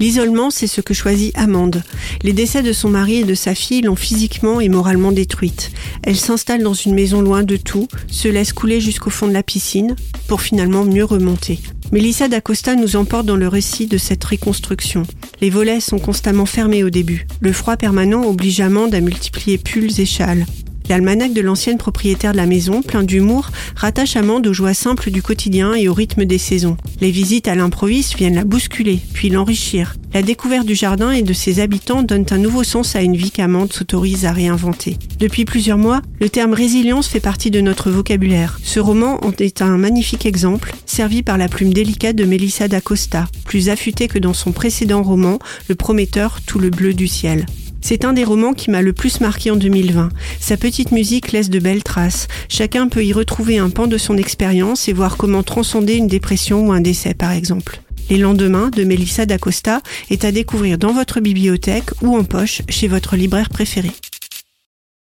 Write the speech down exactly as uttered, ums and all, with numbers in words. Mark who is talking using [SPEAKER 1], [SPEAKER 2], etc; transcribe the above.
[SPEAKER 1] L'isolement, c'est ce que choisit Amande. Les décès de son mari et de sa fille l'ont physiquement et moralement détruite. Elle s'installe dans une maison loin de tout, se laisse couler jusqu'au fond de la piscine, pour finalement mieux remonter. Mélissa d'Acosta nous emporte dans le récit de cette reconstruction. Les volets sont constamment fermés au début. Le froid permanent oblige Amande à multiplier pulls et châles. L'almanach de l'ancienne propriétaire de la maison, plein d'humour, rattache Amande aux joies simples du quotidien et au rythme des saisons. Les visites à l'improviste viennent la bousculer, puis l'enrichir. La découverte du jardin et de ses habitants donne un nouveau sens à une vie qu'Amande s'autorise à réinventer. Depuis plusieurs mois, le terme résilience fait partie de notre vocabulaire. Ce roman en est un magnifique exemple, servi par la plume délicate de Mélissa d'Acosta, plus affûtée que dans son précédent roman, Le Prometteur, tout le bleu du ciel. C'est un des romans qui m'a le plus marqué en deux mille vingt. Sa petite musique laisse de belles traces. Chacun peut y retrouver un pan de son expérience et voir comment transcender une dépression ou un décès, par exemple. Les lendemains de Mélissa d'Acosta est à découvrir dans votre bibliothèque ou en poche chez votre libraire préféré.